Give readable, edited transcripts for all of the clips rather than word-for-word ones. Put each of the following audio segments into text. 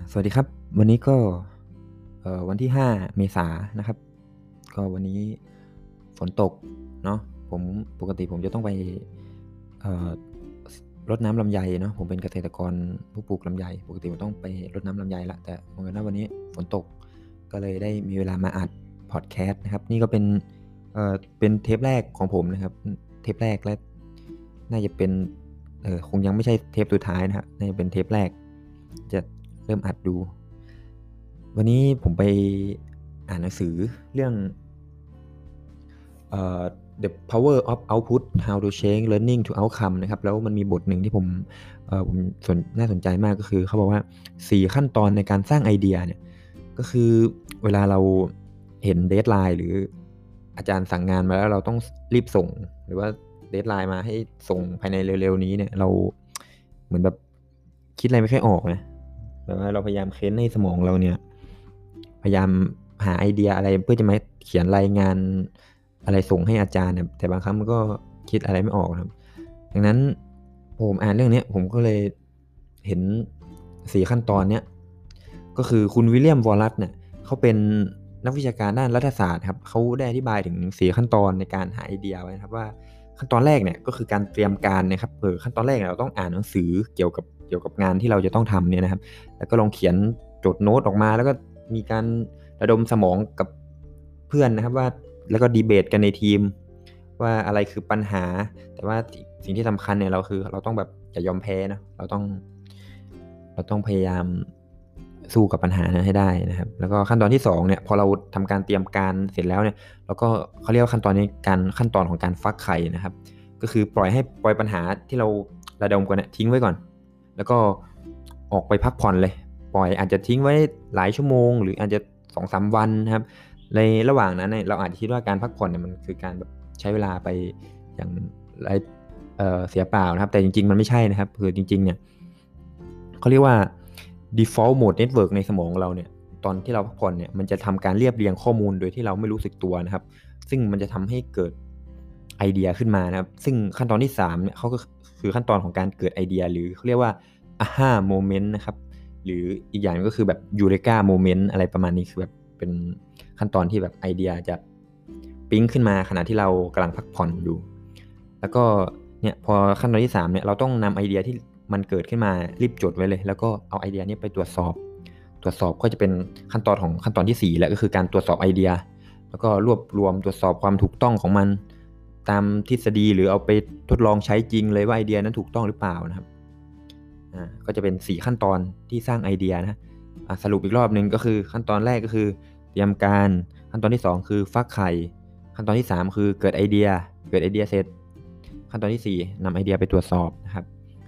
สวัสดีครับวันนี้ก็วันที่5เมษายนนะครับก็วันนี้ฝนตกเนาะผมปกติผมจะต้องไปเอ่อสรดน้ำลำไยเนาะผมเป็นเกษตรกรผู้ปลูกลำไยปกติผมต้องไปรดน้ำลำไยแล้วแต่บังเอิญว่าวันนี้ฝนตกก็เลยได้มีเวลามาอัดพอดแคสต์นะครับนี่ก็เป็นเทปแรกของผมนะครับเทปแรกและน่าจะเป็นคงยังไม่ใช่เทปสุดท้ายนะครับน่าจะเป็นเทปแรกจะเริ่มอัดดูวันนี้ผมไปอ่านหนังสือเรื่องThe Power of Output How to Change Learning to Outcome นะครับแล้วมันมีบทหนึ่งที่ผมน่าสนใจมากก็คือเขาบอกว่า4ขั้นตอนในการสร้างไอเดียเนี่ยก็คือเวลาเราเห็น deadline หรืออาจารย์สั่งงานมาแล้วเราต้องรีบส่งหรือว่า deadline มาให้ส่งภายในเร็วๆนี้เนี่ยเราเหมือนแบบคิดอะไรไม่ค่อยออกนะแบบว่าเราพยายามเค้นให้สมองเราเนี่ยพยายามหาไอเดียอะไรเพื่อจะมาเขียนรายงานอะไรส่งให้อาจารย์เนี่ยแต่บางครั้งมันก็คิดอะไรไม่ออกครับดังนั้นผมอ่านเรื่องนี้ผมก็เลยเห็น4ขั้นตอนเนี้ยก็คือคุณวิลเลียมวอลลัสเนี่ยเขาเป็นนักวิชาการด้านรัฐศาสตร์ครับเขาได้อธิบายถึง4ขั้นตอนในการหาไอเดียไว้นะครับว่าขั้นตอนแรกเนี่ยก็คือการเตรียมการนะครับขั้นตอนแรกเราต้องอ่านหนังสือเกี่ยวกับงานที่เราจะต้องทำเนี่ยนะครับแล้วก็ลองเขียนจดโน้ตออกมาแล้วก็มีการระดมสมองกับเพื่อนนะครับว่าแล้วก็ดีเบตกันในทีมว่าอะไรคือปัญหาแต่ว่าสิ่งที่สำคัญเนี่ยเราต้องแบบอย่ายอมแพ้นะเราต้องพยายามสู้กับปัญหานั้นให้ได้นะครับแล้วก็ขั้นตอนที่2เนี่ยพอเราทำการเตรียมการเสร็จแล้วเนี่ยเราก็เขาเรียกว่าขั้นตอนนี้ขั้นตอนของการฟักไข่นะครับก็คือปล่อยปัญหาที่เราระดมกันเนี่ยทิ้งไว้ก่อนแล้วก็ออกไปพักผ่อนเลยปล่อยอาจจะทิ้งไว้หลายชั่วโมงหรืออาจจะ 2-3 วันนะครับในระหว่างนั้นเนี่ยเราอาจจะคิดว่าการพักผ่อนเนี่ยมันคือการแบบใช้เวลาไปอย่างไรเสียเปล่านะครับแต่จริงๆมันไม่ใช่นะครับคือจริงๆเนี่ยเขาเรียกว่า default mode network ในสมองเราเนี่ยตอนที่เราพักผ่อนเนี่ยมันจะทำการเรียบเรียงข้อมูลโดยที่เราไม่รู้สึกตัวนะครับซึ่งมันจะทำให้เกิดไอเดียขึ้นมานะครับซึ่งขั้นตอนที่3เนี่ยเขาก็คือขั้นตอนของการเกิดไอเดียหรือเขาเรียกว่า aha moment นะครับหรืออีกอย่างก็คือแบบ eureka moment อะไรประมาณนี้คือแบบเป็นขั้นตอนที่แบบไอเดียจะปิ๊งขึ้นมาขณะที่เรากำลังพักผ่อนอยู่แล้วก็เนี่ยพอขั้นตอนที่3เนี่ยเราต้องนำไอเดียที่มันเกิดขึ้นมารีบจดไว้เลยแล้วก็เอาไอเดียนี้ไปตรวจสอบก็จะเป็นขั้นตอนที่4แล้วก็คือการตรวจสอบไอเดียแล้วก็รวบรวมตรวจสอบความถูกต้องของมันตามทฤษฎีหรือเอาไปทดลองใช้จริงเลยว่าไอเดียนั้นถูกต้องหรือเปล่านะครับก็จะเป็น4ขั้นตอนที่สร้างไอเดียนะสรุปอีกรอบนึงก็คือขั้นตอนแรกก็คือเตรียมการขั้นตอนที่2คือฟักไข่ขั้นตอนที่3คือเกิดไอเดียเสร็จขั้นตอนที่4นำไอเดียไปตรวจสอบนะครับ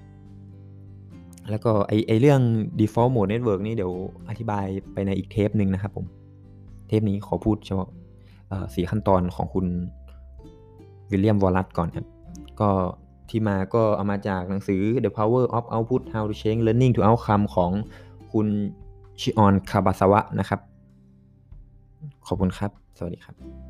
แล้วก็ไอเรื่อง default mode network นี่เดี๋ยวอธิบายไปในอีกเทปนึงนะครับผมเทปนี้ขอพูดเฉพาะ4ขั้นตอนของคุณวิลเลียมวอลลัสก่อนครับก็ที่มาก็เอามาจากหนังสือ The Power of Output How to Change Learning to Outcome ของคุณชิออนคาบาซาวะนะครับขอบคุณครับสวัสดีครับ